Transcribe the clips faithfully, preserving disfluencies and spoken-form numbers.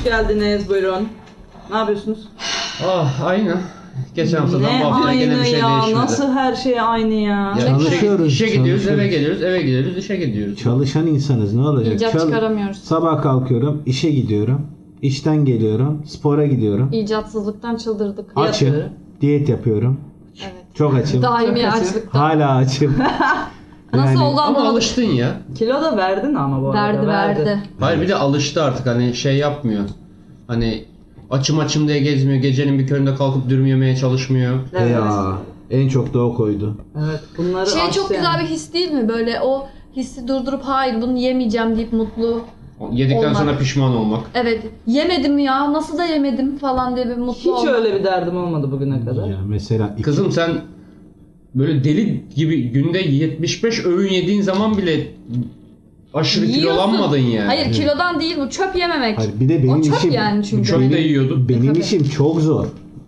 hoş geldiniz. Buyurun. Ne yapıyorsunuz? Ah aynı. Geçen haftadan ne bu haftaya aynı gene bir şey ya? değişmedi. Nasıl her şey aynı ya? Ya Çalışıyoruz, işe, işe gidiyoruz, çalışıyoruz. eve geliyoruz, eve gidiyoruz, işe gidiyoruz. Çalışan insanız, ne olacak? İcat çıkaramıyoruz. Sabah kalkıyorum, işe gidiyorum. İşten geliyorum, spora gidiyorum. İcatsızlıktan çıldırdık. Açım, Yapıyorum. diyet yapıyorum. Evet. Çok açım. Daimi Çok açım. açlıktan. Hala açım. Nasıl Yani- oldu Ama anlamadım. alıştın ya. Kilo da verdin ama bu arada. Verdi verdi. Hayır bir de alıştı artık hani şey yapmıyor. Hani açım açım diye gezmiyor, gecenin bir köründe kalkıp dürüm yemeye çalışmıyor. Evet. Ya, en çok da o koydu. Evet. Bunları Şey açtı çok güzel yani. bir his değil mi? Böyle o hissi durdurup hayır bunu yemeyeceğim deyip mutlu. Yedikten Olmak. sonra pişman olmak. Evet yemedim ya nasıl da yemedim falan diye bir mutlu Hiç olmak. öyle bir derdim olmadı bugüne kadar. Ya mesela iki- Kızım sen böyle deli gibi günde yetmiş beş öğün yediğin zaman bile aşırı Yiyorsun. kilolanmadın yani. Hayır kilodan değil bu çöp yememek. Hayır, bir de benim o çöp işim yani çünkü. Çöp de yiyorduk. benim Tabii. işim çok zor.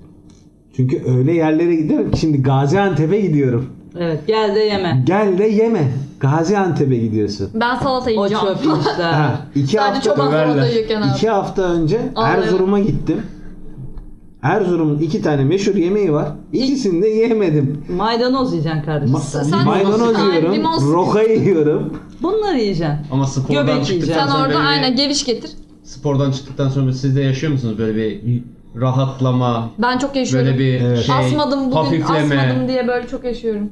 Çünkü öyle yerlere gidiyorum ki şimdi Gaziantep'e gidiyorum. Evet. Gel de yeme. Gel de yeme. Gaziantep'e gidiyorsun. Ben salata O yiyeceğim. çöp işler. Ha, iki Sadece hafta çoban salata döverler. yiyorken abi. İki hafta önce Aa, Erzurum'a gittim. Erzurum'un iki tane meşhur yemeği var. İkisini de yemedim. Maydanoz yiyeceksin kardeşim. Ma- sen. Sen- maydanoz Ay, yiyorum, limon sık- roka yiyorum. Bunları yiyeceksin. Ama spordan Göbek çıktıktan Sen sonra orada böyle bir- aynen geviş getir. spordan çıktıktan sonra siz de yaşıyor musunuz böyle bir rahatlama, Ben çok yaşıyorum. böyle bir Evet. şey, Asmadım bugün hafifleme. asmadım diye böyle çok yaşıyorum.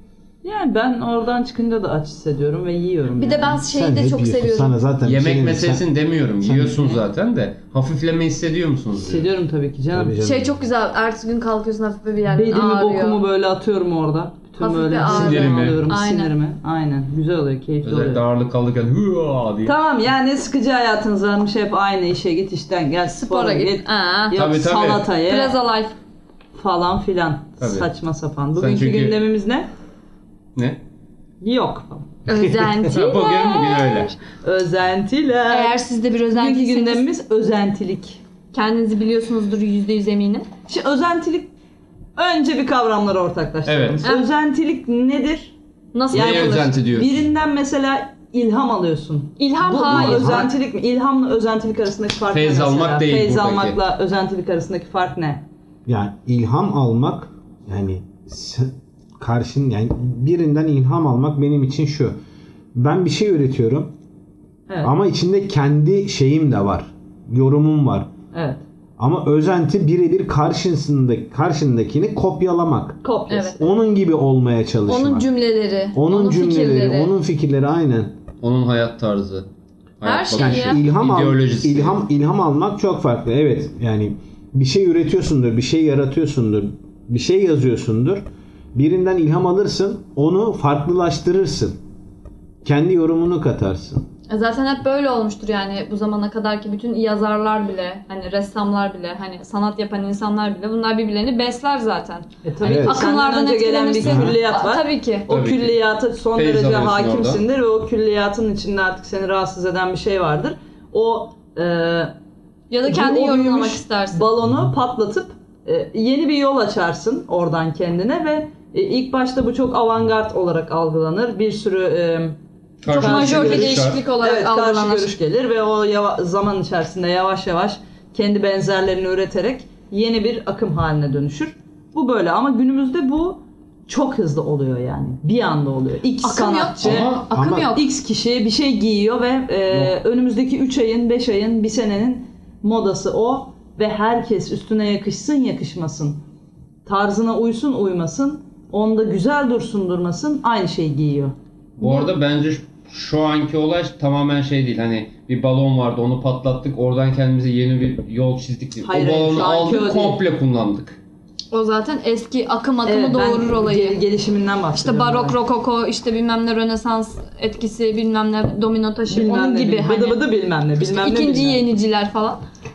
Yani ben oradan çıkınca da aç hissediyorum ve yiyorum. Bir de yani. ben şeyi Sen de hep çok yiyorsun. seviyorum. Sana zaten bir Yemek şey diyeyim, meselesini demiyorum. sen- Yiyorsun Ne? zaten de hafifleme hissediyor musunuz? diyor. Hissediyorum tabii ki canım. Tabii canım. Şey çok güzel. Ertesi gün kalkıyorsun hafif bir yerden Bedimi ağrıyor. bokumu böyle atıyorum orada. Bütün Hafif böyle bir ağrı. Sinirimi. alıyorum Aynen. sinirimi. Aynen. Güzel oluyor, keyifli Özellikle oluyor. ağırlık kalırken hıa diye. Tamam yani sıkıcı hayatınız varmış, hep aynı işe git, işten gel, spora, Spora git. git. Aa. Yok Tabii, tabii. salata ye Plaza Life. falan filan. Tabii. Saçma sapan. Sen Bugünkü çünkü- gündemimiz ne? Ne? Yok. Özentiler. Bugün bugün öyle. Özentiler. Eğer siz de bir Bugünkü özentiyseniz gündemimiz özentilik. kendinizi biliyorsunuzdur yüzde yüz eminim. Şimdi özentilik, önce bir kavramları ortaklaştıralım. Evet. Özentilik nedir? Nasıl Yani Neye yapılır? özenti diyorsun? Birinden mesela ilham alıyorsun. İlham Bu, bu hayır. özentilik mi? İlhamla özentilik arasındaki fark Feyz ne mesela? almak değil Feyz bu peki. almakla özentilik arasındaki fark ne? Yani ilham almak, yani s- karşın yani birinden ilham almak benim için şu. Ben bir şey üretiyorum Evet. ama içinde kendi şeyim de var. Yorumum var. Evet. Ama özenti birebir karşısındaki karşındakini kopyalamak. Kopyası. Evet. Onun gibi olmaya çalışmak. Onun cümleleri, onun cümleleri, fikirleri. onun fikirleri aynen. Onun hayat tarzı. Her Hayat şey bakışı, ya. İlham al, ideolojisi. ilham ilham almak çok farklı. Evet. Yani bir şey üretiyorsundur, bir şey yaratıyorsundur, bir şey yazıyorsundur. Birinden ilham alırsın, onu farklılaştırırsın. Kendi yorumunu katarsın. E Zaten hep böyle olmuştur yani bu zamana kadar ki bütün yazarlar bile, hani ressamlar bile, hani sanat yapan insanlar bile bunlar birbirlerini besler zaten. E tabii Evet. ki Akımlardan senden önce gelen bir etkilenirsin. külliyat Aa, var. Tabii ki. O Tabii ki. külliyata son Feyz derece alıyorsun hakimsindir ve o külliyatın içinde artık seni rahatsız eden bir şey vardır. O e, Ya da kendini o yorumlamak büyümüş istersin. balonu patlatıp e, yeni bir yol açarsın oradan kendine ve e, ilk başta bu çok avantgard olarak algılanır. Bir sürü e, Karşı Çok Majör görüş bir var. değişiklik olarak evet, karşı algılanır. görüş gelir ve o yava- zaman içerisinde yavaş yavaş kendi benzerlerini üreterek yeni bir akım haline dönüşür. Bu böyle ama günümüzde bu çok hızlı oluyor yani. Bir anda oluyor. X Akım yok. sanatçı, Ama- Akım ama- yok. X kişi bir şey giyiyor ve e, önümüzdeki üç ayın, beş ayın, bir senenin modası o ve herkes üstüne yakışsın yakışmasın, tarzına uysun uymasın, onda güzel dursun durmasın aynı şeyi giyiyor. Bu arada bence şu- şu anki olay tamamen şey değil. Hani bir balon vardı onu patlattık. Oradan kendimize yeni bir yol çizdik. değil. Hayır, o hayır, balonu şu anki o aldık değil. komple kullandık. O zaten eski akım akımı Evet, ben doğurur olayı. gel- gelişiminden bahsediyorum. İşte barok, ben. rokoko, işte bilmem ne Rönesans etkisi, bilmem ne domino taşı, Bilmem onun ne, gibi bıdı hani. bıdı bilmem ne, İşte bilmem ne ikinci bilmem. yeniciler falan.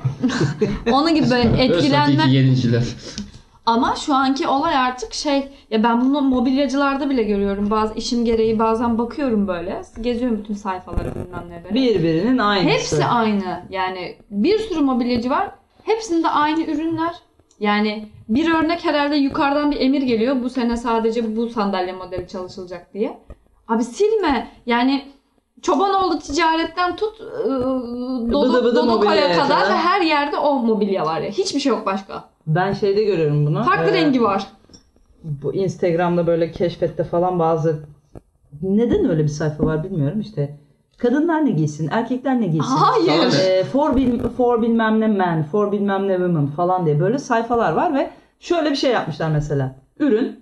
Onun gibi böyle Etkilenme. etkilenme. yeniciler. Ama şu anki olay artık şey, ya ben bunu mobilyacılarda bile görüyorum. Bazı işim gereği bazen bakıyorum böyle. Geziyorum bütün sayfaları bilmem neleri. Birbirinin aynısı. Hepsi aynı. Yani bir sürü mobilyacı var. Hepsinde aynı ürünler. Yani bir örnek herhalde yukarıdan bir emir geliyor. Bu sene sadece bu sandalye modeli çalışılacak diye. Abi silme. Yani Çobanoğlu ticaretten tut e, Bıdı Dodo, bıdı Dodoko'ya mobilyaya kadar kadar. ve her yerde o mobilya var ya. Hiçbir şey yok başka. Ben şeyde görüyorum bunu. Farklı Ee, rengi var. Bu Instagram'da böyle keşfette falan bazı, neden öyle bir sayfa var bilmiyorum işte. Kadınlar ne giysin, erkekler ne giysin? Hayır. Ee, for, bil, for bilmem ne men, for bilmem ne women falan diye böyle sayfalar var ve şöyle bir şey yapmışlar mesela. Ürün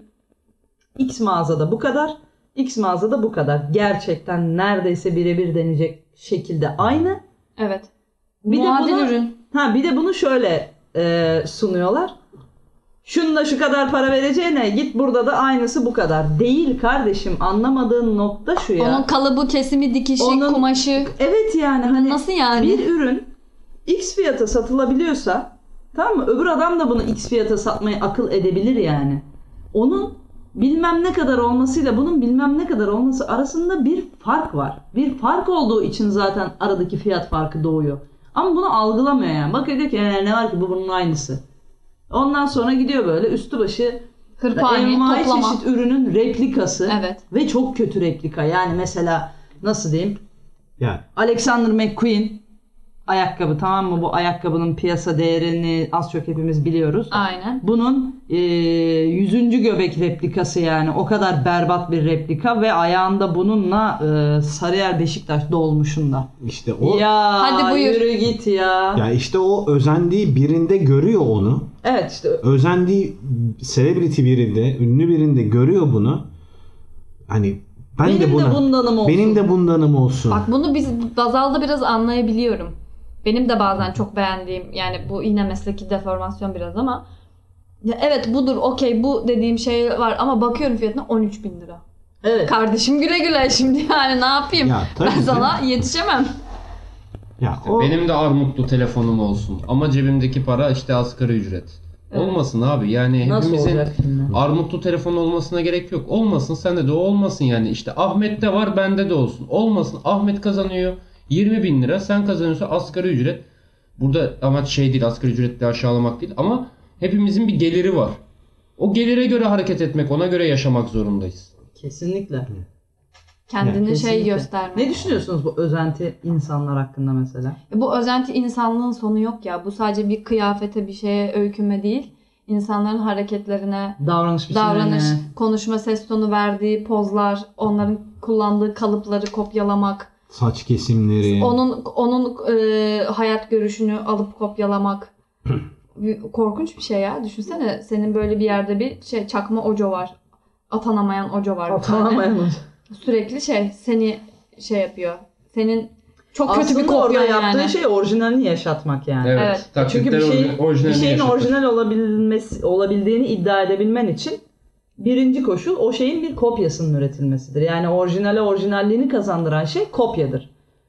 X mağazada bu kadar, X mağazada bu kadar. Gerçekten neredeyse birebir denecek şekilde aynı. Evet. Bir Muadil de bunu, ürün. Ha bir de bunu şöyle e, sunuyorlar. Şununla şu kadar para vereceğine git burada da aynısı bu kadar. Değil kardeşim, anlamadığın nokta şu ya. Onun kalıbı, kesimi, dikişi, Onun- kumaşı. Evet yani hani Nasıl yani? bir ürün X fiyata satılabiliyorsa, tamam mı? Öbür adam da bunu X fiyata satmayı akıl edebilir yani. Onun bilmem ne kadar olmasıyla bunun bilmem ne kadar olması arasında bir fark var. Bir fark olduğu için zaten aradaki fiyat farkı doğuyor. Ama bunu algılamıyor yani. Bakıyor diyor ki "E, ne var ki bu bunun aynısı." Ondan sonra gidiyor böyle üstü başı Hırpani, envai toplama. çeşit ürünün replikası. Evet. Ve çok kötü replika. Yani mesela nasıl diyeyim? Yani Alexander McQueen ayakkabı, tamam mı? Bu ayakkabının piyasa değerini az çok hepimiz biliyoruz. Aynen. Bunun e, yüzüncü göbek replikası yani. O kadar berbat bir replika ve ayağında bununla e, Sarıyer Beşiktaş dolmuşunda. işte o Ya Hadi buyur. yürü git ya. ya işte o özendiği birinde görüyor onu. Evet işte Özendiği celebrity birinde, ünlü birinde görüyor bunu. Hani ben benim de de, buna bundanım olsun. benim de bundanım olsun. Bak bunu biz Bazal'da biraz anlayabiliyorum. Benim de bazen çok beğendiğim, yani bu yine mesleki deformasyon biraz ama ya evet budur, okey, bu dediğim şey var ama bakıyorum fiyatına on üç bin lira. Evet. Kardeşim güle güle şimdi yani ne yapayım? Ya, tabii ben ki. sana yetişemem. Ya o Benim de armutlu telefonum olsun. Ama cebimdeki para işte asgari ücret. Evet. Olmasın abi. Yani Nasıl hepimizin olacak şimdi? armutlu telefon olmasına gerek yok. Olmasın, sende de o olmasın yani. İşte Ahmet'te var, bende de olsun. Olmasın, Ahmet kazanıyor yirmi bin lira. Sen kazanıyorsun asgari ücret. Burada amaç şey değil, asgari ücretle aşağılamak değil. Ama hepimizin bir geliri var. O gelire göre hareket etmek, ona göre yaşamak zorundayız. Kesinlikle. Kendini şey Kesinlikle. gösterme. Ne düşünüyorsunuz bu özenti insanlar hakkında mesela? Bu özenti insanlığın sonu yok ya. Bu sadece bir kıyafete, bir şeye öykünme değil. İnsanların hareketlerine, Davranış biçimlerine. davranış, konuşma, ses tonu, verdiği pozlar, onların kullandığı kalıpları kopyalamak, saç kesimleri. onun onun e, hayat görüşünü alıp kopyalamak. Korkunç bir şey ya. Düşünsene senin böyle bir yerde bir şey çakma oco var. Atanamayan oco var. bir tane. Atanamayan. Sürekli şey seni şey yapıyor. Senin çok kötü Aslında bir kopya orada yani. yaptığı şey orijinalini yaşatmak yani. Evet. Evet. Taklitler Çünkü bir şeyin, orji- orijinalini bir şeyin yaşatır. orijinal olabilmesi, olabildiğini iddia edebilmen için birinci koşul o şeyin bir kopyasının üretilmesidir. Yani orijinale orijinalliğini kazandıran şey kopyadır.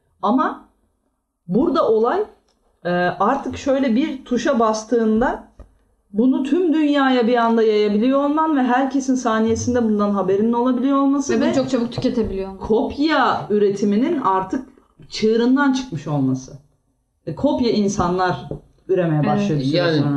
Ama burada olay e, artık şöyle bir tuşa bastığında bunu tüm dünyaya bir anda yayabiliyor olman ve herkesin saniyesinde bundan haberinin olabiliyor olması Ve ve bunu çok çabuk tüketebiliyor. kopya üretiminin artık çığırından çıkmış olması. E, kopya insanlar üremeye Evet. başlıyor bir süre Yani- sonra.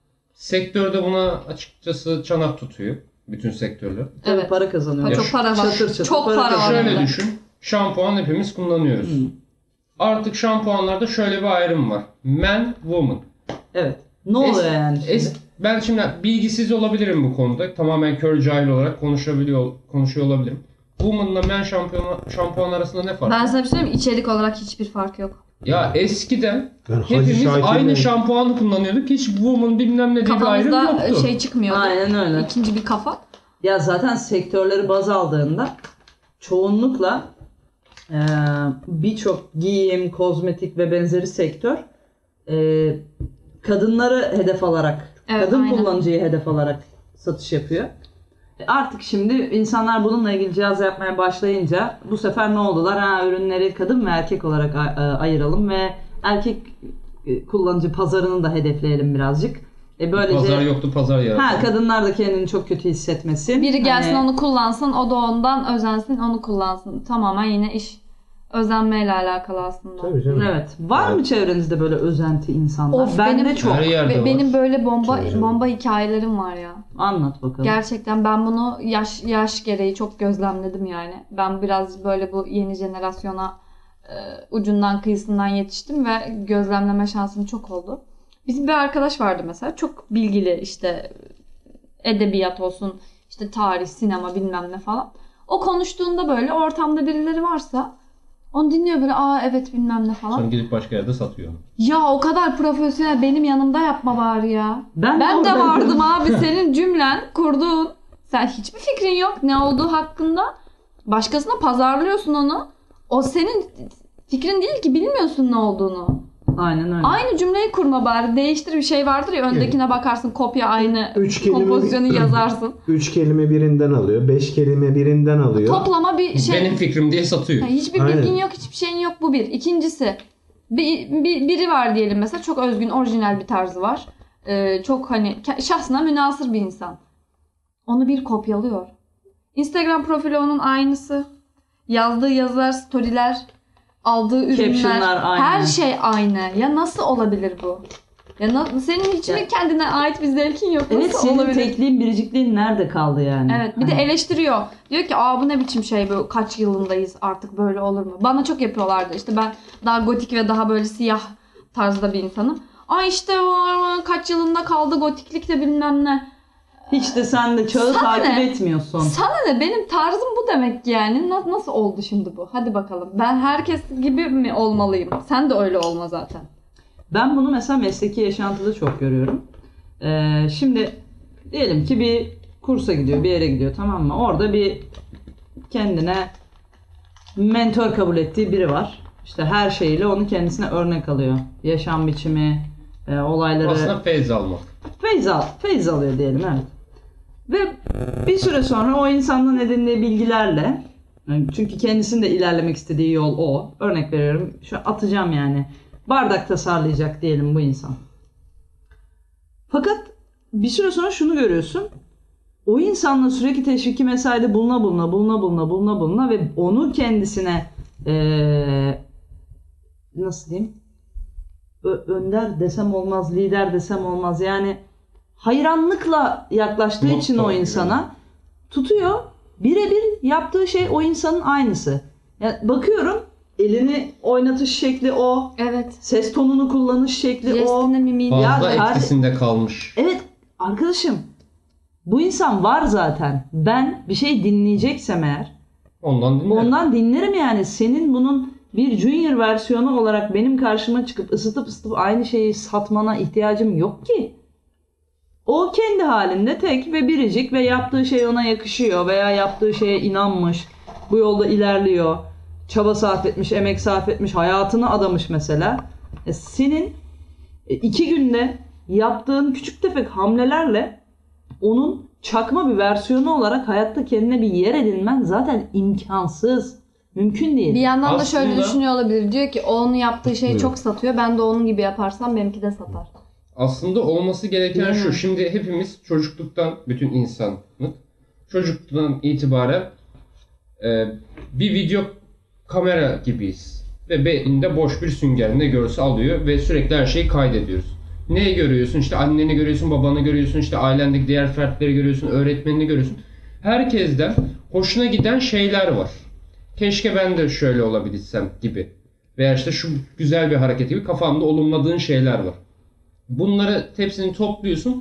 Sektörde buna açıkçası çanak tutuyor. Bütün sektörler. Tabii Evet. para kazanıyor. Ha, çok para var. Çatır çatır Çok para var. kazanıyor. Şöyle Aynen. düşün. Şampuan hepimiz kullanıyoruz. Hı. Artık şampuanlarda şöyle bir ayrım var. Men, woman. Evet. Ne oluyor Es- yani şimdi? es- ben şimdi bilgisiz olabilirim bu konuda. Tamamen kör cahil olarak konuşabiliyor konuşuyor olabilirim. Woman'la men şampuan, şampuan arasında ne fark Ben var? sana bir şey söyleyeyim mi? İçerik olarak hiçbir fark yok. Ya eskiden Ben Hacı hepimiz Şakir'le- aynı şampuanı kullanıyorduk. Hiç woman bilmem ne diye bir ayrım Kafamızda yoktu. şey çıkmıyordu. Aynen öyle. İkinci bir kafa. Ya zaten sektörleri baz aldığında çoğunlukla e, birçok giyim, kozmetik ve benzeri sektör e, kadınları hedef alarak, Evet, kadın aynen. kullanıcıyı hedef alarak satış yapıyor. E, Artık şimdi insanlar bununla ilgili cihaz yapmaya başlayınca bu sefer ne oldular? Ha, ürünleri kadın ve erkek olarak a- a- ayıralım ve erkek e, kullanıcı pazarını da hedefleyelim birazcık. E böylece Pazar yoktu, pazar yarattı. ha, kadınlar da kendini çok kötü hissetmesin. Biri gelsin Hani- onu kullansın, o da ondan özensin, onu kullansın. Tamamen yine iş Özenmeyle alakalı aslında. Tabii canım. Evet. Var mı Evet. çevrenizde böyle özenti insanlar? Of, Bende benim- çok. Her yerde Ve var. benim böyle bomba Tabii canım. bomba hikayelerim var ya. Anlat bakalım. Gerçekten ben bunu yaş yaş gereği çok gözlemledim yani. Ben biraz böyle bu yeni jenerasyona e, ucundan kıyısından yetiştim ve gözlemleme şansım çok oldu. Bizim bir arkadaş vardı mesela, çok bilgili, işte edebiyat olsun, işte tarih, sinema bilmem ne falan. O konuştuğunda böyle ortamda birileri varsa onu dinliyor böyle, aa evet bilmem ne falan. Sonra gidip başka yerde satıyor. Ya o kadar profesyonel, benim yanımda yapma bari ya. Ben, Ben de oradaydım. vardım abi, senin cümlen kurduğun. Sen hiçbir fikrin yok ne olduğu hakkında. Başkasına pazarlıyorsun onu. O senin fikrin değil ki, bilmiyorsun ne olduğunu. Aynen öyle. Aynı cümleyi kurma bari. Değiştir, bir şey vardır ya, öndekine bakarsın, kopya aynı Üç kelime- kompozisyonu yazarsın. Üç kelime birinden alıyor. Beş kelime birinden alıyor. Toplama bir şey. Benim fikrim diye satıyor. Yani hiçbir Aynen. bilgin yok, hiçbir şeyin yok, bu bir. İkincisi, bir, bir- biri var diyelim mesela, çok özgün, orijinal bir tarzı var. Ee, çok hani ke- şahsına münasır bir insan. Onu bir kopyalıyor. Instagram profili onun aynısı. Yazdığı yazılar, storyler, aldığı ürünler, Captionlar aynı. her şey aynı. Ya nasıl olabilir bu? Ya na- senin hiç mi Ya- kendine ait bir zevkin yok? Evet, Nasıl senin olabilir? tekliğin, biricikliğin nerede kaldı yani? Evet, bir de Hani- eleştiriyor. Diyor ki, aa bu ne biçim şey, bu kaç yılındayız artık, böyle olur mu? Bana çok yapıyorlardı. İşte ben daha gotik ve daha böyle siyah tarzda bir insanım. Aa işte o kaç yılında kaldı gotiklik de bilmem ne. Hiç de sen de çağı Sana takip ne? etmiyorsun. Sana ne, benim tarzım bu demek ki yani. Na- nasıl oldu şimdi bu? Hadi bakalım. Ben herkes gibi mi olmalıyım? Sen de öyle olma zaten. Ben bunu mesela mesleki yaşantıda çok görüyorum. Ee, şimdi diyelim ki bir kursa gidiyor, bir yere gidiyor, tamam mı? Orada bir kendine mentor kabul ettiği biri var. İşte her şeyiyle onu kendisine örnek alıyor. Yaşam biçimi, e, olayları... Aslında feyz almak. Feyz, al, feyz alıyor diyelim, evet. Ve bir süre sonra o insandan edindiği bilgilerle, yani çünkü kendisinin de ilerlemek istediği yol o. Örnek veriyorum, şu atacağım yani. Bardak tasarlayacak diyelim bu insan. Fakat bir süre sonra şunu görüyorsun. O insanla sürekli teşviki mesaide buluna buluna buluna buluna buluna buluna ve onu kendisine ee, nasıl diyeyim? Ö- önder desem olmaz, lider desem olmaz. Yani hayranlıkla yaklaştığı Motto için o gibi. insana tutuyor. Birebir yaptığı şey o insanın aynısı. Yani bakıyorum, elini oynatış şekli o. Evet. Ses tonunu kullanış şekli o. Jestine, mimiğine. Ya Fazla karde- etkisinde kalmış. Evet arkadaşım, bu insan var zaten. Ben bir şey dinleyeceksem eğer Ondan dinlerim. ondan dinlerim yani. Senin bunun bir junior versiyonu olarak benim karşıma çıkıp ısıtıp ısıtıp aynı şeyi satmana ihtiyacım yok ki. O kendi halinde tek ve biricik ve yaptığı şey ona yakışıyor veya yaptığı şeye inanmış. Bu yolda ilerliyor. Çaba sarf etmiş, emek sarf etmiş, hayatını adamış mesela. E senin e, iki günde yaptığın küçük tefek hamlelerle onun çakma bir versiyonu olarak hayatta kendine bir yer edinmen zaten imkansız. Mümkün değil. Bir yandan da şöyle Aslında- düşünüyor olabilir. Diyor ki, onun yaptığı şeyi Evet. çok satıyor. Ben de onun gibi yaparsam benimki de satar. Aslında olması gereken Değil şu. mi? Şimdi hepimiz çocukluktan, bütün insanlık çocukluktan itibaren e, bir video kamera gibiyiz. Ve beyninde boş bir sünger, ne görse alıyor ve sürekli her şeyi kaydediyoruz. Neyi görüyorsun? İşte anneni görüyorsun, babanı görüyorsun, işte ailendeki diğer fertleri görüyorsun, öğretmenini görüyorsun. Herkesten hoşuna giden şeyler var. Keşke ben de şöyle olabilsem gibi. Veya işte şu güzel bir hareket gibi kafanda olumladığın şeyler var. Bunları hepsini topluyorsun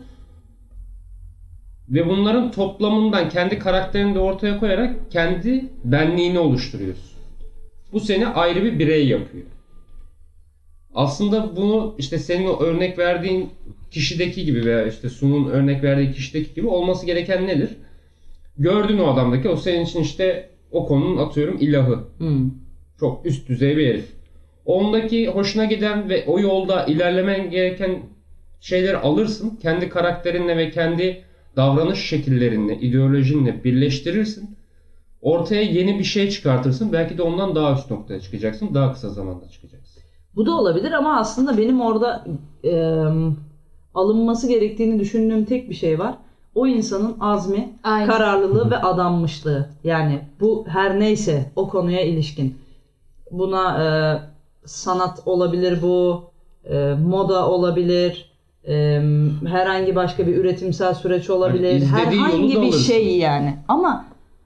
ve bunların toplamından kendi karakterini de ortaya koyarak kendi benliğini oluşturuyorsun. Bu seni ayrı bir birey yapıyor. Aslında bunu işte senin o örnek verdiğin kişideki gibi veya işte Sun'un örnek verdiği kişideki gibi olması gereken nedir? Gördün o adamdaki, o senin için işte o konunun atıyorum ilahı. Hmm. Çok üst düzey bir herif. Ondaki hoşuna giden ve o yolda ilerlemen gereken şeyleri alırsın. Kendi karakterinle ve kendi davranış şekillerinle, ideolojinle birleştirirsin. Ortaya yeni bir şey çıkartırsın. Belki de ondan daha üst noktaya çıkacaksın. Daha kısa zamanda çıkacaksın. Bu da olabilir ama aslında benim orada e, alınması gerektiğini düşündüğüm tek bir şey var. O insanın azmi, Aynen. kararlılığı ve adanmışlığı. Yani bu her neyse o konuya ilişkin. Buna e, sanat olabilir bu, e, moda olabilir, e, herhangi başka bir üretimsel süreç olabilir. Yani izlediği yolu herhangi da bir alırsın. şey yani. Ama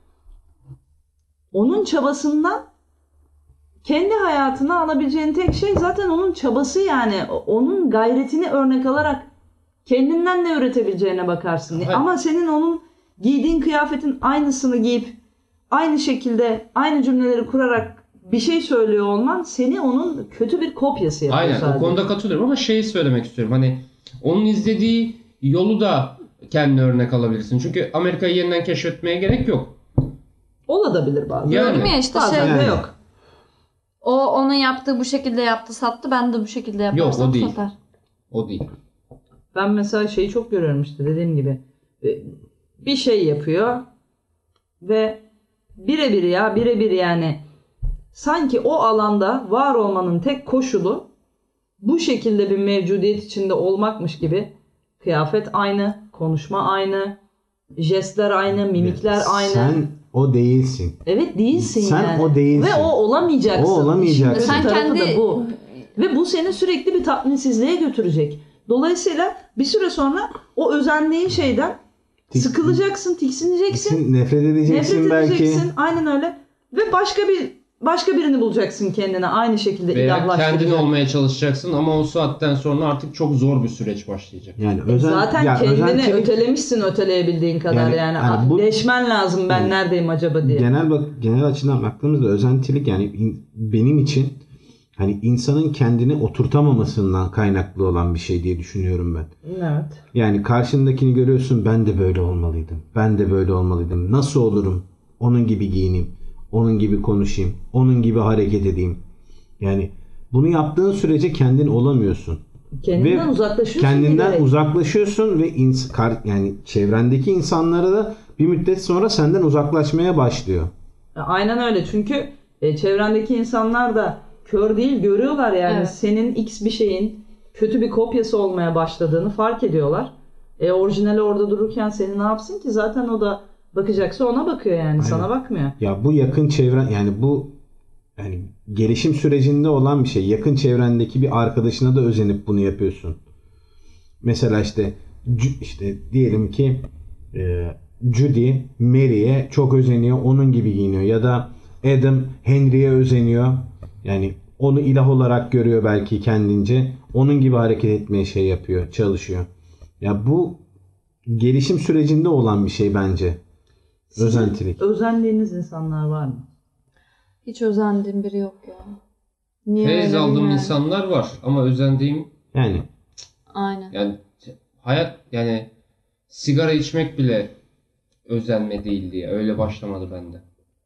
onun çabasından kendi hayatına alabileceğin tek şey zaten onun çabası yani. Onun gayretini örnek alarak kendinden ne üretebileceğine bakarsın. Evet. Ama senin onun giydiğin kıyafetin aynısını giyip aynı şekilde aynı cümleleri kurarak bir şey söylüyor olman seni onun kötü bir kopyası yapıyor Aynen sadece. o konuda katılıyorum ama şeyi söylemek istiyorum. Hani onun izlediği yolu da kendine örnek alabilirsin. Çünkü Amerika'yı yeniden keşfetmeye gerek yok. Olabilir bazen. Yani. Diyorum ya işte Bazen şey. de Yani. yok. O onun yaptığı bu şekilde yaptı sattı. Ben de bu şekilde yaparsam o değil. satar. O değil. Ben mesela şeyi çok görüyorum işte dediğim gibi. Bir şey yapıyor ve birebir ya birebir yani sanki o alanda var olmanın tek koşulu bu şekilde bir mevcudiyet içinde olmakmış gibi kıyafet aynı, konuşma aynı, jestler aynı, mimikler aynı. Sen o değilsin. Evet değilsin Sen yani. o değilsin. Ve o olamayacaksın. O olamayacaksın. İşin kötü Sen tarafı kendi- da bu. Ve bu seni sürekli bir tatminsizliğe götürecek. Dolayısıyla bir süre sonra o özendiğin şeyden Tik- sıkılacaksın, tiksineceksin, Sen nefret edeceksin nefret belki. edeceksin. Aynen öyle. Ve başka bir başka birini bulacaksın kendine aynı şekilde Veya ilahlaştıracak. kendin olmaya çalışacaksın ama o saatten sonra artık çok zor bir süreç başlayacak. Yani özen, Zaten ya kendini özentilik- ötelemişsin öteleyebildiğin kadar yani. Yani- yani bu- Deşmen lazım ben Yani neredeyim acaba diye. genel bak genel açıdan baktığımızda özentilik yani in- benim için hani insanın kendini oturtamamasından kaynaklı olan bir şey diye düşünüyorum ben. Evet. Yani karşındakini görüyorsun ben de böyle olmalıydım. Ben de böyle olmalıydım. Nasıl olurum? Onun gibi giyineyim. Onun gibi konuşayım. Onun gibi hareket edeyim. Yani bunu yaptığın sürece kendin olamıyorsun. Kendinden Ve uzaklaşıyorsun. Kendinden giderek. uzaklaşıyorsun ve ins- kar- yani çevrendeki insanlara da bir müddet sonra senden uzaklaşmaya başlıyor. Aynen öyle çünkü e, çevrendeki insanlar da kör değil görüyorlar yani Evet. senin X bir şeyin kötü bir kopyası olmaya başladığını fark ediyorlar. E, orijinali orada dururken seni ne yapsın ki zaten o da bakacaksa ona bakıyor yani sana bakmıyor. Ya bu yakın çevren yani bu yani gelişim sürecinde olan bir şey. Yakın çevrendeki bir arkadaşına da özenip bunu yapıyorsun. Mesela işte Ju- işte diyelim ki e, Judy Mary'e çok özeniyor, onun gibi giyiniyor ya da Adam Henry'e özeniyor. Yani onu ilah olarak görüyor belki kendince. Onun gibi hareket etmeye şey yapıyor, çalışıyor. Ya bu gelişim sürecinde olan bir şey bence. Özentilik. Özendiğiniz insanlar var mı? Hiç özendiğim biri yok ya. Niye Feyz öyle aldığım yani? insanlar var ama özendiğim Yani Aynen. yani hayat yani sigara içmek bile özenme değil diye öyle başlamadı bende.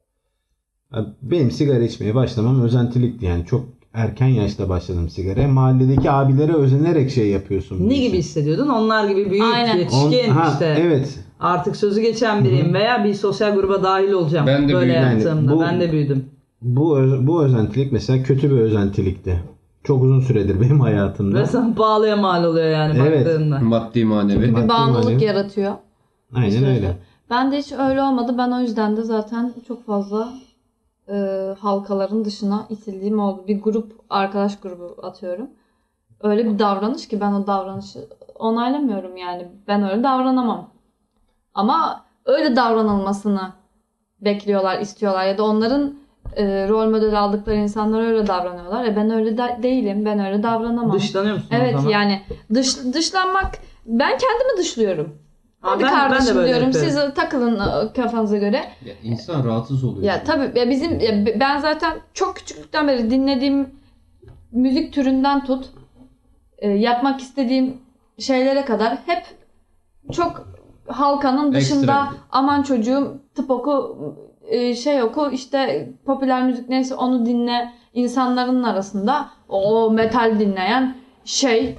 benim sigara içmeye başlamam özentilikti yani. Çok erken yaşta başladım sigaraya. Mahalledeki abilere özenerek şey yapıyorsun. bu Ne işi. gibi hissediyordun? Onlar gibi büyük Aynen. yetişkin On- ha, işte. Evet. Artık sözü geçen biriyim veya bir sosyal gruba dahil olacağım. Ben de Böyle büyüdüm. Yani yaptığımda. bu- Ben de büyüdüm. Bu öz- bu özentilik mesela kötü bir özentilikti. Çok uzun süredir benim hayatımda. Ve sana pahalıya mal oluyor yani Evet. baktığında. Maddi manevi. Maddi Bir bağımlılık manevi. yaratıyor. Bir Aynen sürede. öyle. Ben de hiç öyle olmadı. Ben o yüzden de zaten çok fazla e, halkaların dışına itildiğim oldu. Bir grup, arkadaş grubu atıyorum. Öyle bir davranış ki ben o davranışı onaylamıyorum yani. Ben öyle davranamam. Ama öyle davranılmasını bekliyorlar, istiyorlar ya da onların e, rol model aldıkları insanlar öyle davranıyorlar. E ben öyle de- değilim. Ben öyle davranamam. Dışlanıyor musun o Evet zaman? yani dış, dışlanmak, ben kendimi dışlıyorum. Aa, Hadi ben- ben de kardeşim böyle diyorum, yapıyorum. siz takılın e, kafanıza göre. Ya insan rahatsız oluyor. Ya tabii ya bizim ya b- ben zaten çok küçüklükten beri dinlediğim müzik türünden tut e, yapmak istediğim şeylere kadar hep çok halkanın dışında Ekstra. aman çocuğum tıp oku e, şey oku işte popüler müzik neyse onu dinle insanların arasında o metal dinleyen şey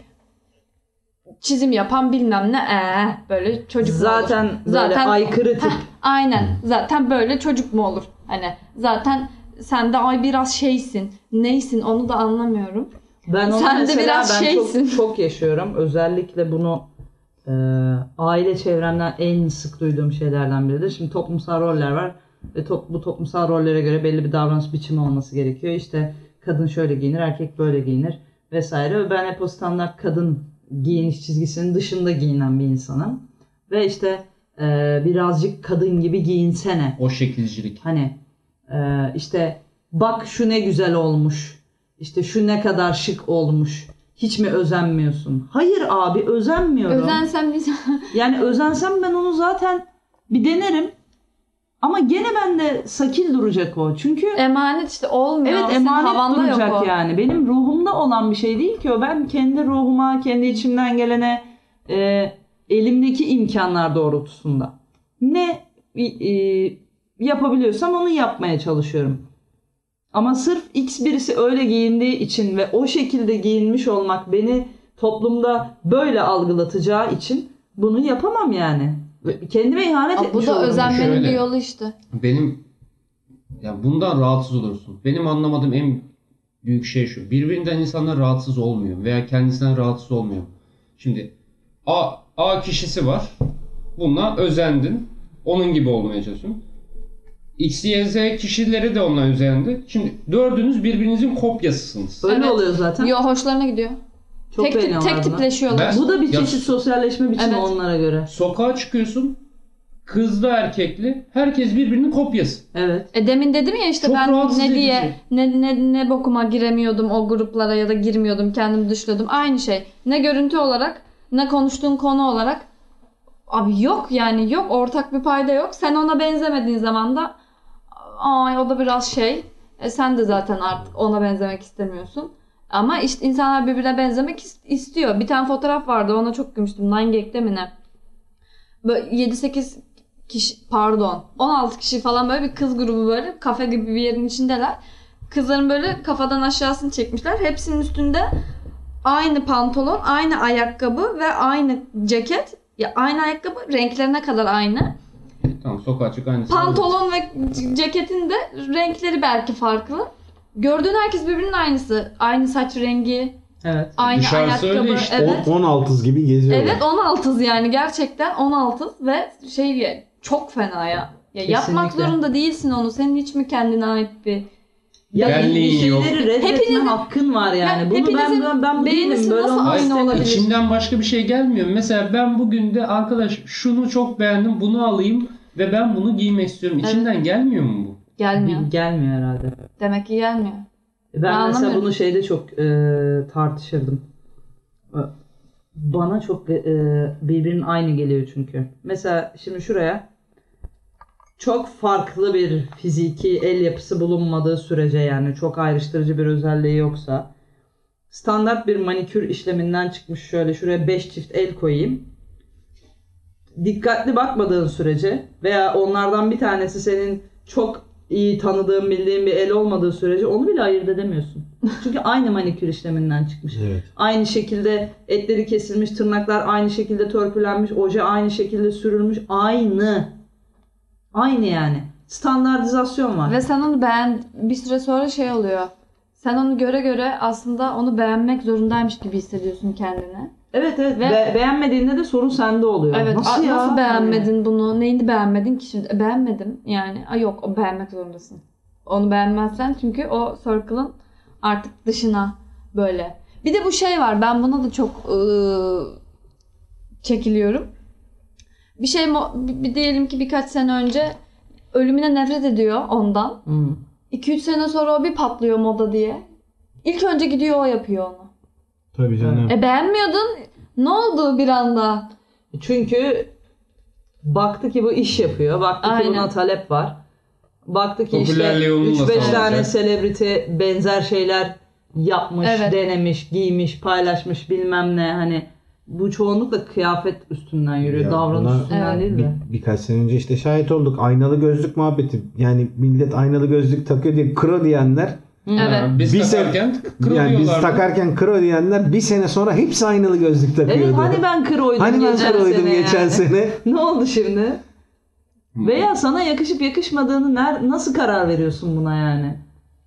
çizim yapan bilmem ne ee, böyle çocuk mu olur? Zaten böyle Zaten- aykırı tip. Heh, aynen. Zaten böyle çocuk mu olur? Hani zaten sen de ay biraz şeysin. Neysin onu da anlamıyorum. Ben onu Sen de mesela biraz ben şeysin. çok, çok yaşıyorum. Özellikle bunu e, aile çevremden en sık duyduğum şeylerden biridir. Şimdi toplumsal roller var. Ve top, bu toplumsal rollere göre belli bir davranış biçimi olması gerekiyor. İşte kadın şöyle giyinir, erkek böyle giyinir vesaire. Ve ben hep o standart kadın giyiniş çizgisinin dışında giyinen bir insanım. Ve işte e, birazcık kadın gibi giyinsene. O şekilcilik. Hani e, işte bak şu ne güzel olmuş. İşte şu ne kadar şık olmuş. Hiç mi özenmiyorsun? Hayır abi, özenmiyorum. Özensem değil. Yani özensem ben onu zaten bir denerim. Ama gene bende sakil duracak o. Çünkü Emanet işte olmuyor. evet, Senin emanet havanda yok duracak o. yani. Benim ruhumda olan bir şey değil ki o. Ben kendi ruhuma, kendi içimden gelene e, elimdeki imkanlar doğrultusunda ne e, yapabiliyorsam onu yapmaya çalışıyorum. Ama sırf X birisi öyle giyindiği için ve o şekilde giyinmiş olmak beni toplumda böyle algılatacağı için bunu yapamam yani. Kendime ihanet Aa, etmiş bu da olurum. özenmenin Şöyle. bir yolu işte. Benim ya bundan rahatsız olursun. Benim anlamadığım en büyük şey şu. Birbirinden insanlar rahatsız olmuyor veya kendisinden rahatsız olmuyor. Şimdi A, A kişisi var. Bununla özendin. Onun gibi olmaya çalışıyorsun. X, Y, Z kişileri de onunla özendi. Şimdi dördünüz birbirinizin kopyasısınız. Öyle Evet. oluyor zaten. Yo, hoşlarına gidiyor. Çok tek tip, beğeniyorlar tek bunu. tipleşiyorlar. Ben- Bu da bir Ya- çeşit sosyalleşme biçimi Evet. onlara göre. Sokağa çıkıyorsun. Kızlı erkekli. Herkes birbirinin kopyası. Evet. E demin dedim ya işte Çok ben rahatsız ne edici. diye ne, ne ne bokuma giremiyordum o gruplara ya da girmiyordum, kendimi dışlıyordum. Aynı şey. Ne görüntü olarak ne konuştuğun konu olarak. Abi yok yani, yok ortak bir payda yok. Sen ona benzemediğin zaman da ay o da biraz şey. E sen de zaten artık ona benzemek istemiyorsun. Ama işte insanlar birbirine benzemek is- istiyor. Bir tane fotoğraf vardı, ona çok gülmüştüm. nine gag'te mi ne? Böyle yedi sekiz kişi, pardon on altı kişi falan, böyle bir kız grubu, böyle kafe gibi bir yerin içindeler. Kızların böyle kafadan aşağısını çekmişler. Hepsinin üstünde aynı pantolon, aynı ayakkabı ve aynı ceket. Ya aynı ayakkabı, renklerine kadar aynı. Tamam, sokağa çık aynısı. Pantolon ve c- ceketin de renkleri belki farklı. Gördüğün herkes birbirinin aynısı. Aynı saç rengi, Evet. aynı Dışarısı ayakkabı. öyle işte. Evet. on altız gibi geziyorlar. Evet, on altız yani, gerçekten on altı ve şey ya, çok fena ya. Ya Kesinlikle. yapmak zorunda değilsin onu. Senin hiç mi kendine ait bir Ya Benliğin bir yok. şeyleri reddetme Hepinizin- hakkın var yani. Ya Bunu ben, hepinizin ben, ben bu beğenisi değilim. Böyle nasıl olmaz. aynı olabilir? İçimden başka bir şey gelmiyor. Mesela ben bugün de arkadaş şunu çok beğendim, bunu alayım ve ben bunu giymek istiyorum. İçimden gelmiyor mu bu? gelmiyor. Bir gelmiyor herhalde. Demek ki gelmiyor. Ben, Ben mesela anlamıyorum. bunu şeyde çok e, tartışırdım. E, Bana çok e, birbirinin aynı geliyor çünkü. Mesela şimdi şuraya çok farklı bir fiziki el yapısı bulunmadığı sürece, yani çok ayrıştırıcı bir özelliği yoksa, standart bir manikür işleminden çıkmış şöyle şuraya beş çift el koyayım. Dikkatli bakmadığın sürece veya onlardan bir tanesi senin çok iyi tanıdığın, bildiğin bir el olmadığı sürece onu bile ayırt edemiyorsun. Çünkü aynı manikür işleminden çıkmış. Evet. Aynı şekilde etleri kesilmiş, tırnaklar aynı şekilde törpülenmiş, oje aynı şekilde sürülmüş. Aynı. Aynı yani. Standartizasyon var. Ve sen onu beğen bir süre sonra şey oluyor. Sen onu göre göre aslında onu beğenmek zorundaymış gibi hissediyorsun kendini. Evet evet. Ve- Be- beğenmediğinde de sorun sende oluyor. Evet. Nasıl a- ya? Nasıl beğenmedin bunu? Neyini beğenmedin ki şimdi? E, beğenmedim yani. Ay yok, o beğenmek zorundasın. Onu beğenmezsen çünkü o circle'ın artık dışına böyle. Bir de bu şey var. Ben buna da çok ıı, çekiliyorum. Bir şey mo- bir, bir diyelim ki birkaç sene önce ölümüne nefret ediyor ondan. Hmm. iki üç sene sonra o bir patlıyor moda diye. İlk önce gidiyor o yapıyor onu. Tabii canım. E beğenmiyordun. Ne oldu bir anda? Çünkü baktı ki bu iş yapıyor. Baktı Aynen. ki buna talep var. Baktı ki işte Popülerliği onunla üç beş sağlayacak. tane selebriti benzer şeyler yapmış, Evet. denemiş, giymiş, paylaşmış bilmem ne. Hani bu çoğunlukla kıyafet üstünden yürüyor. Ya davranış buna- üstünden Evet. değil Bir, de. birkaç sene önce işte şahit olduk. Aynalı gözlük muhabbeti. Yani millet aynalı gözlük takıyor diye kro diyenler, Evet. Ha, biz Bir takarken yani kırılıyorlardı. biz takarken kro diyenler bir sene sonra hepsi aynalı gözlük takıyordu. Evet, hani ben kroydum Hani ben geçen kroydum sene geçen yani. sene. Ne oldu şimdi? Veya sana yakışıp yakışmadığını ner- nasıl karar veriyorsun buna yani?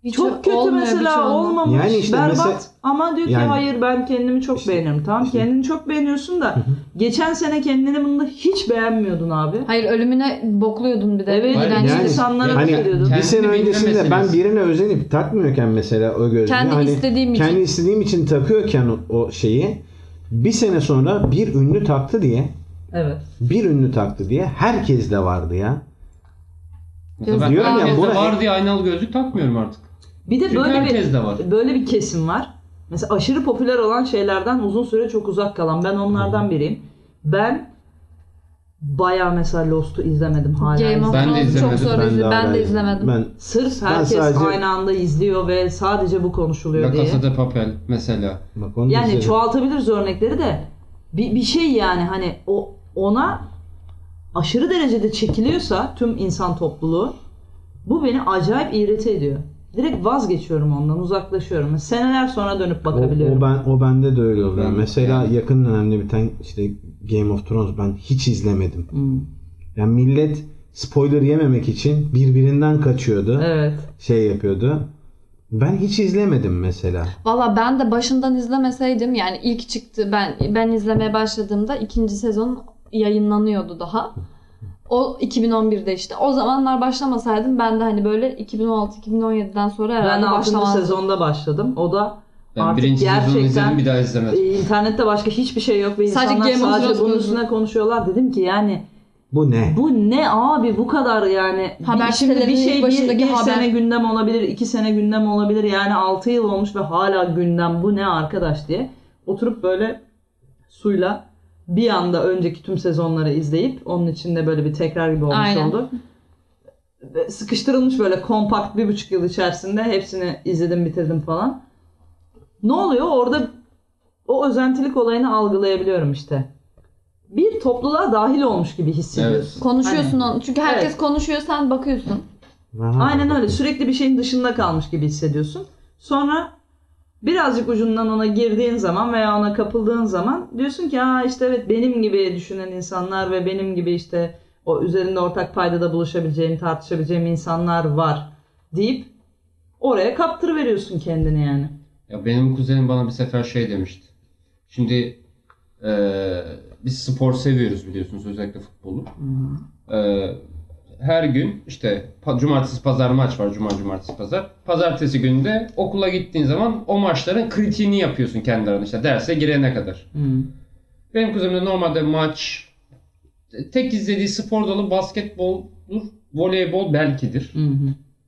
Hiç Çok kötü olmuyor mesela birçoğunda. olmamış, Yani işte berbat mesela- ama diyor ki Yani- hayır ben kendimi çok İşte- beğeniyorum. Tamam işte- kendini çok beğeniyorsun da geçen sene kendini bunda hiç beğenmiyordun abi. Hayır ölümüne bokluyordun bir de. Evet, Hayır, İğrençti. yani insanlara hani söylüyordun. bir Kendini sene bilme öncesinde ben meselesi. birine özenip takmıyorken mesela o gözlüğü Kendi hani istediğim için. kendi istediğim için takıyorken o, o şeyi bir sene sonra bir ünlü taktı diye Evet. bir ünlü taktı diye herkes de vardı ya. Mesela ben Diyorum ya, herkeste buna- var diye aynalı gözlük takmıyorum artık. Bir de Çünkü böyle herkes bir de var. böyle bir kesim var. Mesela aşırı popüler olan şeylerden uzun süre çok uzak kalan. Ben onlardan biriyim. Ben bayağı mesela Lost'u izlemedim hala. Game of Ben de Thrones çok izlemedim. zor Ben izledim. de Ben hala- de izlemedim. Ben Sırf Ben herkes sadece- aynı anda izliyor ve sadece bu konuşuluyor La diye. Casa de Papel mesela. bak onu Yani izledim. çoğaltabiliriz örnekleri de bir, bir şey yani hani o ona aşırı derecede çekiliyorsa tüm insan topluluğu bu beni acayip irite ediyor. Direkt vazgeçiyorum ondan, uzaklaşıyorum. Seneler sonra dönüp O, bakabiliyorum. o ben o bende de öyle oluyor. Ben- Mesela yani. yakın dönemde biten işte Game of Thrones ben hiç izlemedim. Hmm. Yani millet spoiler yememek için birbirinden kaçıyordu. Evet. Şey yapıyordu. Ben hiç izlemedim mesela. Valla ben de başından izlemeseydim yani ilk çıktı ben ben izlemeye başladığımda ikinci sezon yayınlanıyordu daha. O iki bin on birde işte. O zamanlar başlamasaydım ben de hani böyle iki bin on altı iki bin on yediden sonra Ben herhalde altıncı başlamazdım. sezonda başladım. O da Ben artık birinci sezonu izledim gerçekten bir daha izlemedim. e, internette başka hiçbir şey yok ve Sadece insanlar Game of sadece Thrones bunun konuşuyor. üstüne konuşuyorlar. Dedim ki yani Bu ne? bu ne abi bu kadar yani. Haber Bir- Şimdi bir sitelerinin şey ilk bir, başındaki bir haber. sene gündem olabilir, iki sene gündem olabilir. Yani altı yıl olmuş ve hala gündem bu ne arkadaş diye. Oturup böyle suyla bir anda önceki tüm sezonları izleyip onun içinde böyle bir tekrar gibi olmuş Aynen. oldu. Ve sıkıştırılmış böyle kompakt bir buçuk yıl içerisinde hepsini izledim bitirdim falan. Ne oluyor? Orada o özentilik olayını algılayabiliyorum işte. Bir topluluğa dahil olmuş gibi hissediyorsun. Konuşuyorsun Hani- onu. Çünkü herkes Evet. konuşuyor sen bakıyorsun. Aha. Aynen öyle. Sürekli bir şeyin dışında kalmış gibi hissediyorsun. Sonra birazcık ucundan ona girdiğin zaman veya ona kapıldığın zaman diyorsun ki ha işte evet benim gibi düşünen insanlar ve benim gibi işte o üzerinde ortak paydada buluşabileceğim, tartışabileceğim insanlar var deyip oraya kaptırıveriyorsun kendini yani. Ya benim kuzenim bana bir sefer şey demişti. Şimdi eee, biz spor seviyoruz biliyorsunuz özellikle futbolu. Eee, her gün işte pa- cumartesi pazar maç var. Cuma cumartesi pazar. Pazartesi günü de okula gittiğin zaman o maçların kritiğini yapıyorsun kendi aranda işte derse girene kadar. Hmm. Benim kuzenim de normalde maç tek izlediği spor dalı basketboldur, voleybol belkidir. Hı hı.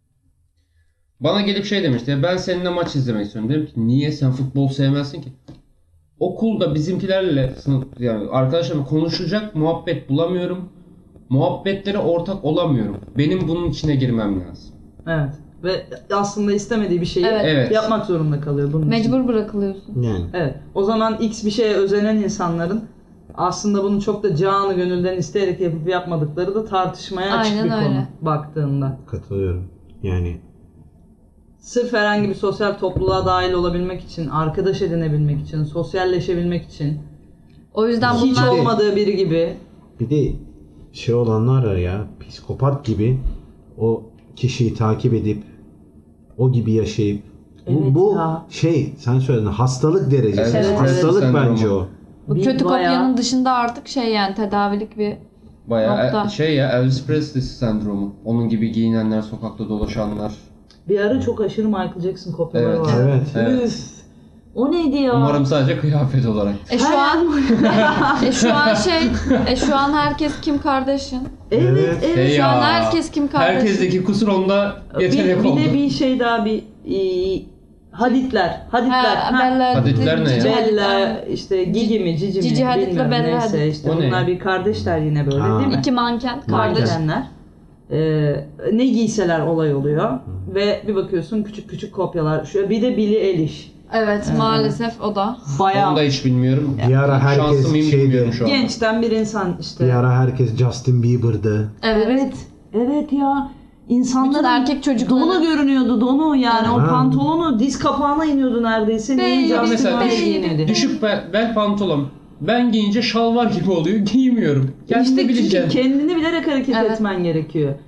Bana gelip şey demişti ya ben seninle maç izlemek istiyorum. Dedim ki niye sen futbol sevmezsin ki? Okulda bizimkilerle sınıf yani arkadaşlarımla konuşacak muhabbet bulamıyorum. Muhabbetlere ortak olamıyorum. Benim bunun içine girmem lazım. Evet. Ve aslında istemediği bir şeyi Evet. Evet. yapmak zorunda kalıyor bunun için. Mecbur bırakılıyorsun. Yani. Evet. O zaman X bir şeye özenen insanların aslında bunu çok da canı gönülden isteyerek yapıp yapmadıkları da tartışmaya açık Aynen bir konu öyle. baktığında. Katılıyorum. Yani Sırf herhangi bir sosyal topluluğa dahil olabilmek için, arkadaş edinebilmek için, sosyalleşebilmek için O yüzden hiç bunlar olmadığı biri gibi bir de şey olanlar var ya psikopat gibi o kişiyi takip edip o gibi yaşayıp bu, Evet bu ya. şey sen söyledin hastalık derecesi. Evet, hastalık evet. bence o. bu Bir kötü bayağı- kopyanın dışında artık şey yani tedavilik bir Bayağı Nokta. e- şey ya Elvis Presley sendromu. Onun gibi giyinenler, sokakta dolaşanlar. bir ara çok aşırı Michael Jackson kopyaları Evet. var. Evet. Evet. Üf. O neydi ya? Umarım sadece kıyafet olarak. E şu an e şu an şey e şu an herkes Kim Kardashian. Evet, Evet. evet. Şey Şu ya, an herkes Kim Kardashian. Herkesteki kusur onda yetenek bir, bir oldu. de bir şey daha bir e, Haditler. Haditler. Ha, Ha. Bella Hadidler ne ya? Cici Hadid, Bella aynen. işte Gigi mi Cici mi Cici Hadid'le bilmiyorum Bella neyse Hadid. işte O ne bunlar ya? bir kardeşler yine böyle Ha. değil mi? İki manken kardeş. Mankenler. Ee, ne giyseler olay oluyor ve bir bakıyorsun küçük küçük kopyalar. Şu bir de Billie Eilish. Evet maalesef o da. Bayağı Onu da hiç bilmiyorum. Bir ara Şanslı herkes mıyım şeydi. bilmiyorum şu an. gençten bir insan işte. Bir ara herkes Justin Bieber'dı. Evet. Evet. Evet ya. İnsanların Bütün erkek çocukları- donu görünüyordu donu yani o Ha. pantolonu diz kapağına iniyordu neredeyse. Baby, Niye Justin mesela öyle düş- giyiniyordu? Düşük bel, bel pantolon. Ben giyince şalvar gibi oluyor. Giymiyorum. Kendini İşte çünkü bileceksin. kendini bilerek hareket Evet. etmen gerekiyor.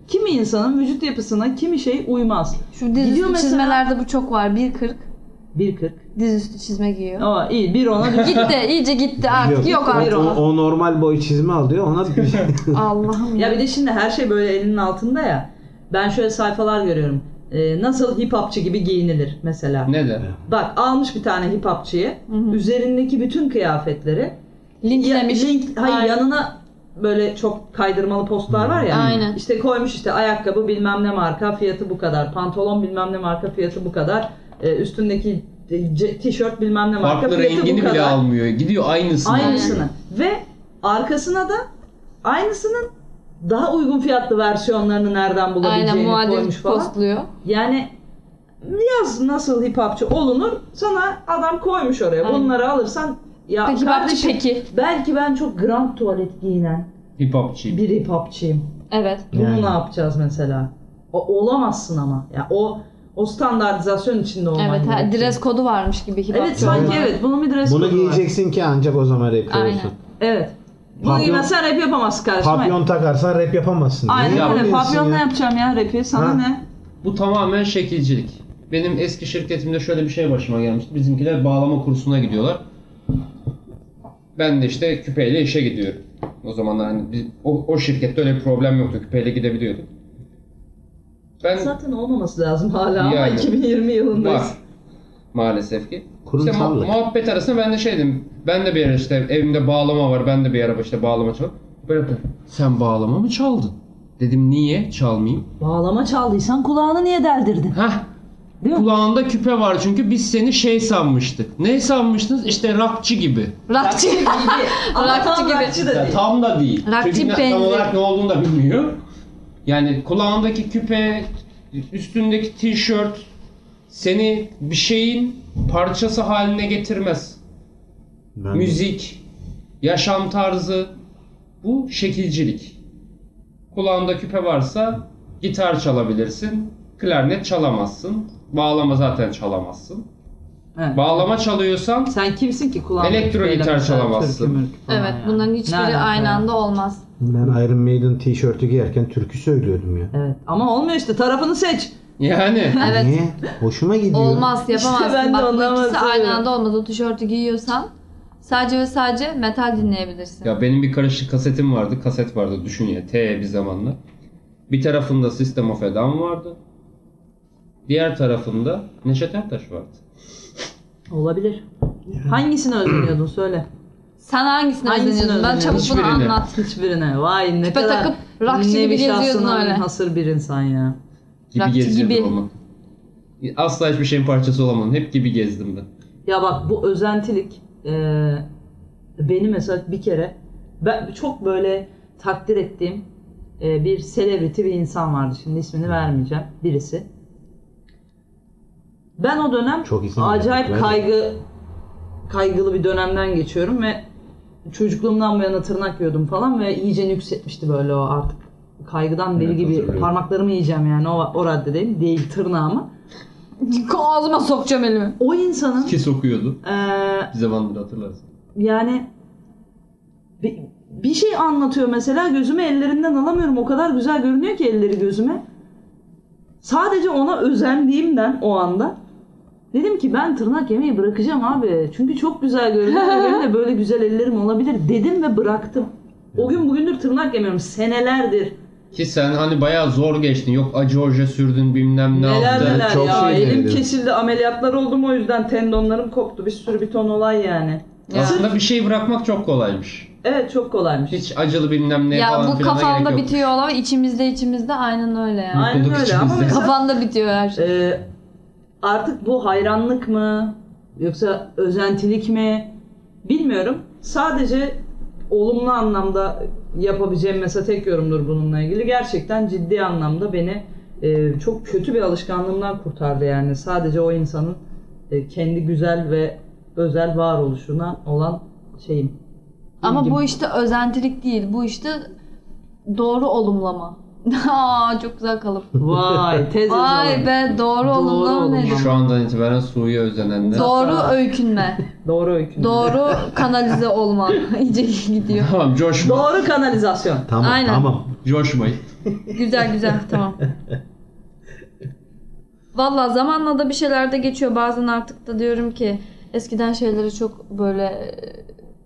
kimi insanın vücut yapısına kimi şey uymaz. Şu diz Gidiyor üstü mesela- çizmelerde bu çok var. bir kırk bir kırk. diz üstü çizme giyiyor. Ama iyi bir ona düştü. Gitti, iyice gitti artık. Yok, o, artık. o, o normal boy çizme alıyor ona bir şey. Allah'ım ya. Ya bir de şimdi her şey böyle elinin altında ya. Ben şöyle sayfalar görüyorum. Ee, nasıl hip hopçı gibi giyinilir mesela. Neden? Bak almış bir tane hip hopçıyı. Üzerindeki bütün kıyafetleri Linklemiş. Ya, link, hayır Aynen. yanına böyle çok kaydırmalı postlar var ya. Aynen. İşte koymuş işte ayakkabı bilmem ne marka fiyatı bu kadar. Pantolon bilmem ne marka fiyatı bu kadar. Ee, üstündeki c- tişört bilmem ne marka Farklı fiyatı bu rengini kadar. bile almıyor. Gidiyor aynısını. Aynısını. Ve arkasına da aynısının daha uygun fiyatlı versiyonlarını nereden Aynen bulabileceğini muadil koymuş falan. postluyor. Yani yaz nasıl hip hopçı olunur sana adam koymuş oraya. Aynen. Bunları alırsan ya Peki kardeşim hipapçı peki. belki ben çok grand tuvalet giyinen Hip hopçıyım. bir hip hopçıyım. Evet. Bunu Yani. ne yapacağız mesela? O, olamazsın ama. Ya o o standartizasyon içinde olman Evet, ha, gerekiyor. dress kodu varmış gibi hip Evet hop sanki var. evet. Bunun bir dress Bunu kodu var. giyeceksin ki ancak o zaman rap Aynen. olursun. Evet. Bunu Papyon- giymezsen rap yapamazsın kardeşim. Papyon takarsan rap yapamazsın. Aynen Niye öyle. yapmıyorsun Papyon ne ya? yapacağım ya rapi? Sana Ha. ne? Bu tamamen şekilcilik. Benim eski şirketimde şöyle bir şey başıma gelmişti. Bizimkiler bağlama kursuna gidiyorlar. Ben de işte küpeyle işe gidiyorum. O zamanlar hani biz, o, o şirkette öyle bir problem yoktu. Küpeyle gidebiliyordum. Ben Zaten olmaması lazım hala ama Yani. iki bin yirmi yılındayız. var maalesef ki. Kurumsallık. İşte mu- muhabbet arasında ben de şey dedim. Ben de bir ara işte evimde bağlama var. Ben de bir ara işte bağlama çalıyorum. Böyle yapıyorum. Sen bağlama mı çaldın? Dedim niye çalmayayım? Bağlama çaldıysan kulağını niye deldirdin? Hah. Değil mi? Kulağında küpe var çünkü biz seni şey sanmıştık. Ne sanmıştınız? İşte rockçı gibi. Rakçı. Ama Rakçı tam gibi. rakçı da Ya değil. tam da değil. Rockçı Çünkü ne- benzi. tam olarak ne olduğunu da bilmiyor. Yani kulağındaki küpe, üstündeki tişört seni bir şeyin parçası haline getirmez. Ben- Müzik, yaşam tarzı, bu şekilcilik. Kulağında küpe varsa gitar çalabilirsin, klarnet çalamazsın, bağlama zaten çalamazsın. Evet. Bağlama çalıyorsan Sen kimsin ki kulağında Elektro küpeyle gitar mesela çalamazsın. türkü mürkü falan Evet, yani. bunların Ne hiçbiri alaka aynı ya? anda olmaz. Ben Iron Maiden tişörtü giyerken türkü söylüyordum ya. Evet ama olmuyor işte tarafını seç. yani Evet. Niye? Hoşuma gidiyor. Olmaz, yapamazsın. İşte ben de Bak bu ondan ikisi aynı bahsediyorum. anda olmaz. O tişörtü giyiyorsan sadece ve sadece metal dinleyebilirsin. ya benim bir karışık kasetim vardı, kaset vardı düşün ya T bir zamanla. Bir tarafında System of a Down vardı. Diğer tarafında Neşet Ertaş vardı. Olabilir. Hangisine özeniyordun söyle. Sen hangisine Hangisini özeniyordun? Ben çabuk özeniyordun? bunu Hiçbirine. anlat. Hiçbirine. Vay ne Küpe kadar takıp rockçı gibi nevi geziyordun şahsına öyle. hasır bir insan ya. Gibi Rockçı geziyordum gibi. ama. Asla hiçbir şeyin parçası olamadım. Hep gibi gezdim ben. Ya bak bu özentilik e, beni mesela bir kere ben çok böyle takdir ettiğim e, bir celebrity bir insan vardı. Şimdi ismini vermeyeceğim. Birisi. Ben o dönem Çok isim acayip verdik, verdik. kaygı kaygılı bir dönemden geçiyorum ve çocukluğumdan bu yana tırnak yiyordum falan ve iyice yükseltmişti böyle o artık kaygıdan deli Evet, gibi hatırlıyorum. parmaklarımı yiyeceğim yani o, o raddedeyim değil tırnağımı. Ağzıma sokacağım elimi. O insanın Ki sokuyordu. eee Bir zamandır hatırlarsın. yani bir, bir şey anlatıyor mesela gözümü ellerinden alamıyorum. O kadar güzel görünüyor ki elleri gözüme. Sadece ona özendiğimden o anda dedim ki ben tırnak yemeyi bırakacağım abi. Çünkü çok güzel görünüyor. ve Benim de böyle güzel ellerim olabilir dedim ve bıraktım. O gün bugündür tırnak yemiyorum. Senelerdir. Ki sen hani bayağı zor geçtin. Yok acı oje sürdün bilmem ne Neler yaptın. neler çok ya. şey Elim denedim. kesildi. Ameliyatlar oldum o yüzden. Tendonlarım koptu. Bir sürü bir ton olay yani. Aslında bir şey bırakmak çok kolaymış. Evet çok kolaymış. Hiç acılı bilmem ne Ya falan bu filana kafanda gerek yok. bitiyor ama içimizde içimizde aynen öyle yani. Aynen Mutluluk öyle ama içimizde. mesela Kafanda bitiyor her şey. Ee, artık bu hayranlık mı yoksa özentilik mi bilmiyorum. Sadece olumlu anlamda yapabileceğim mesela tek yorumdur bununla ilgili. Gerçekten ciddi anlamda beni e, çok kötü bir alışkanlığımdan kurtardı yani. Sadece o insanın e, kendi güzel ve özel varoluşuna olan şeyim. Ama ilgim. bu işte özentilik değil. Bu işte doğru olumlama. Aa çok güzel kalıp. Vay tez Vay yazalım. be doğru Doğru olumlama olumlama. nedir? Şu andan itibaren Su'ya özenenler. Doğru öykünme. Doğru öykünme. Doğru kanalize olma. İyice gidiyor. Tamam coşma. Doğru kanalizasyon. Tamam Aynen. tamam. Coşmayın. Güzel güzel tamam. Valla zamanla da bir şeyler de geçiyor. Bazen artık da diyorum ki eskiden şeyleri çok böyle e,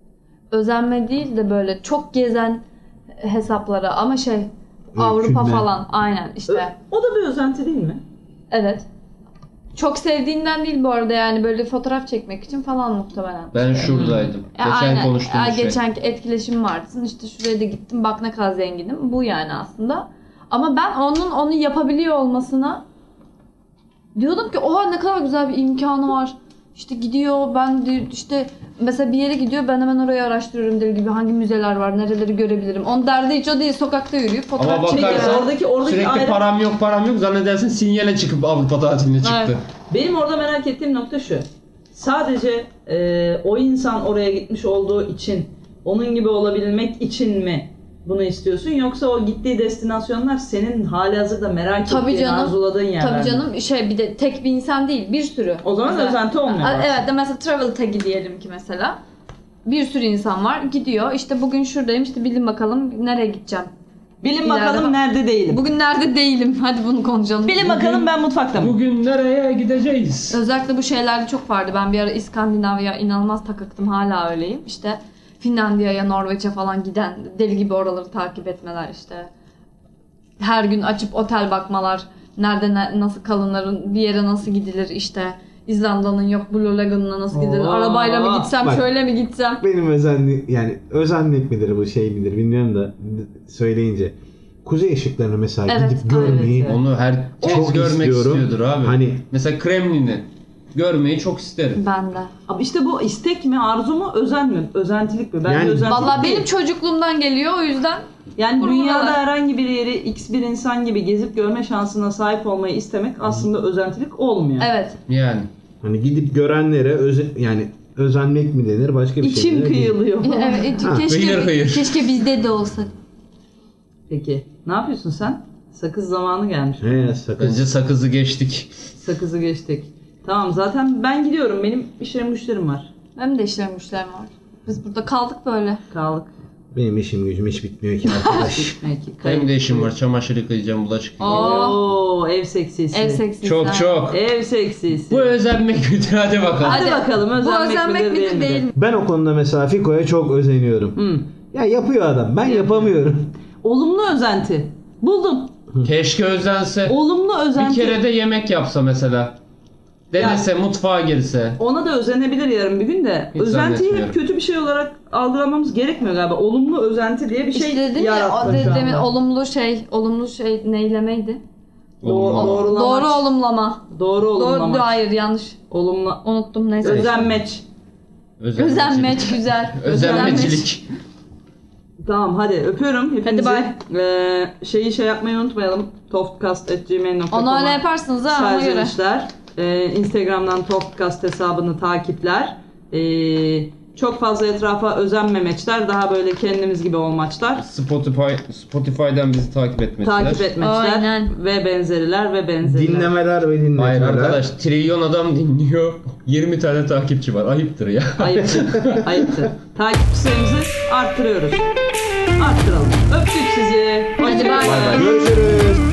özenme değil de böyle çok gezen hesaplara ama şey Avrupa Öykünme. falan aynen işte. O da bir özenti değil mi? Evet. Çok sevdiğinden değil bu arada yani böyle fotoğraf çekmek için falan muhtemelen. Ben şuradaydım. Ya Geçen aynen. konuştuğumuz Ya şey. Geçenki etkileşim vardı. İşte şuraya da gittim bak ne kadar zenginim. Bu yani aslında. Ama ben onun onu yapabiliyor olmasına diyordum ki oha ne kadar güzel bir imkanı var. İşte gidiyor ben de işte mesela bir yere gidiyor ben hemen orayı araştırıyorum deli gibi hangi müzeler var nereleri görebilirim. Onun derdi hiç o değil sokakta yürüyüp Ama fotoğraf çekiyor. bakarsan oradaki- oradaki sürekli ayrı- param yok param yok zannedersin sinyale çıkıp Avrupa tatiline çıktı. Evet. Benim orada merak ettiğim nokta şu. Sadece e, o insan oraya gitmiş olduğu için, onun gibi olabilmek için mi bunu istiyorsun? Yoksa o gittiği destinasyonlar senin halihazırda merak Tabii ettiğin, canım. arzuladığın yerler Tabii mi? canım şey bir de tek bir insan değil bir sürü. O zaman Mesela- özenti olmuyor. A- aslında. Evet de mesela travel tag'i diyelim ki mesela. Bir sürü insan var gidiyor işte bugün şuradayım işte bilin bakalım nereye gideceğim. Bilin İleride bakalım bak- nerede değilim. Bugün nerede değilim hadi bunu konuşalım. Bilin bakalım ben mutfakta mı? Bugün nereye gideceğiz? Özellikle bu şeylerde çok vardı. Ben bir ara İskandinavya inanılmaz takıktım. Hala öyleyim. İşte Finlandiya'ya, Norveç'e falan giden deli gibi oraları takip etmeler işte. Her gün açıp otel bakmalar. Nerede ne- nasıl kalınır, bir yere nasıl gidilir işte. İzlanda'nın yok Blue Lagoon'una nasıl gidilir? Oo. Arabayla mı gitsem, Bak. şöyle mi gitsem? Benim özenli yani özenlik midir bu şey midir bilmiyorum da söyleyince. Kuzey ışıklarını mesela Evet, gidip görmeyi evet. Onu herkes Çok görmek istiyorum. istiyordur abi. Hani- Mesela Kremlin'i görmeyi çok isterim. Ben de. Abi işte bu istek mi, arzu mu, özen mi? Özentilik mi? Bence Yani- özentilik Vallahi değil. benim çocukluğumdan geliyor o yüzden. Yani Kurumlar dünyada var. herhangi bir yeri X bir insan gibi gezip görme şansına sahip olmayı istemek aslında özentilik olmuyor. Evet. Yani. hani gidip görenlere öze, yani özenmek mi denir başka bir şey İçim denir, değil. kıyılıyor. Evet, Ha. keşke Hıyır hıyır. keşke bizde de olsa. Peki ne yapıyorsun sen? Sakız zamanı gelmiş. He sakın. Bence sakızı geçtik. Sakızı geçtik. Tamam zaten ben gidiyorum. Benim işlerim güçlerim var. Benim de işlerim güçlerim var. Biz burada kaldık böyle. Kaldık. Benim işim gücüm hiç bitmiyor ki arkadaş. Peki. Benim de işim var. Çamaşır yıkayacağım, bulaşık yıkayacağım. Oo ev seksisi. Ev seksisi. Çok çok. Ev seksisi. Bu özenmek midir? Hadi bakalım. Hadi, Hadi. bakalım Bu özenmek, özenmek midir, midir değil mi? Ben o konuda mesela Fiko'ya çok özeniyorum. Hı. Ya yapıyor adam. Ben yapamıyorum. Olumlu özenti. Buldum. Keşke özense. Olumlu Bir özenti. kere de yemek yapsa mesela. Denese, mutfağa girse. Ona da özenebilir yarın bir gün de. Hiç Özentiyi zannetmiyorum. hep kötü bir şey olarak algılamamız gerekmiyor galiba. Olumlu özenti diye bir şey İşte dedim ya yarattın o şu anda. demin olumlu şey, olumlu şey neylemeydi? Doğru, Olumlu. doğrulamaç. Doğru olumlama. Doğru olumlamaç. Doğru, hayır yanlış. Olumlu. Unuttum neyse. Özenmeç. Özenmeç güzel. Özenmecilik. Tamam hadi öpüyorum hepinizi. Hadi Ee, şeyi şey yapmayı unutmayalım. toftcast at gmail nokta com'a Onu öyle yaparsınız ha ona göre. serzenişler. Ee, Instagram'dan toftcast hesabını takipler. Ee, çok fazla etrafa özenmemeçler. Daha böyle kendimiz gibi olmaçlar. Spotify, Spotify'dan bizi takip etmesiler. Takip etmeçler. Aynen. Ve benzeriler ve benzeriler. Dinlemeler ve dinletmeler. Hayır arkadaş, trilyon adam dinliyor. yirmi tane takipçi var. Ayıptır ya. Ayıptır. Ayıptır. Takipçi sayımızı arttırıyoruz. Arttıralım. Öptük sizi. Hadi Hoşçakalın. bay bay. Görüşürüz.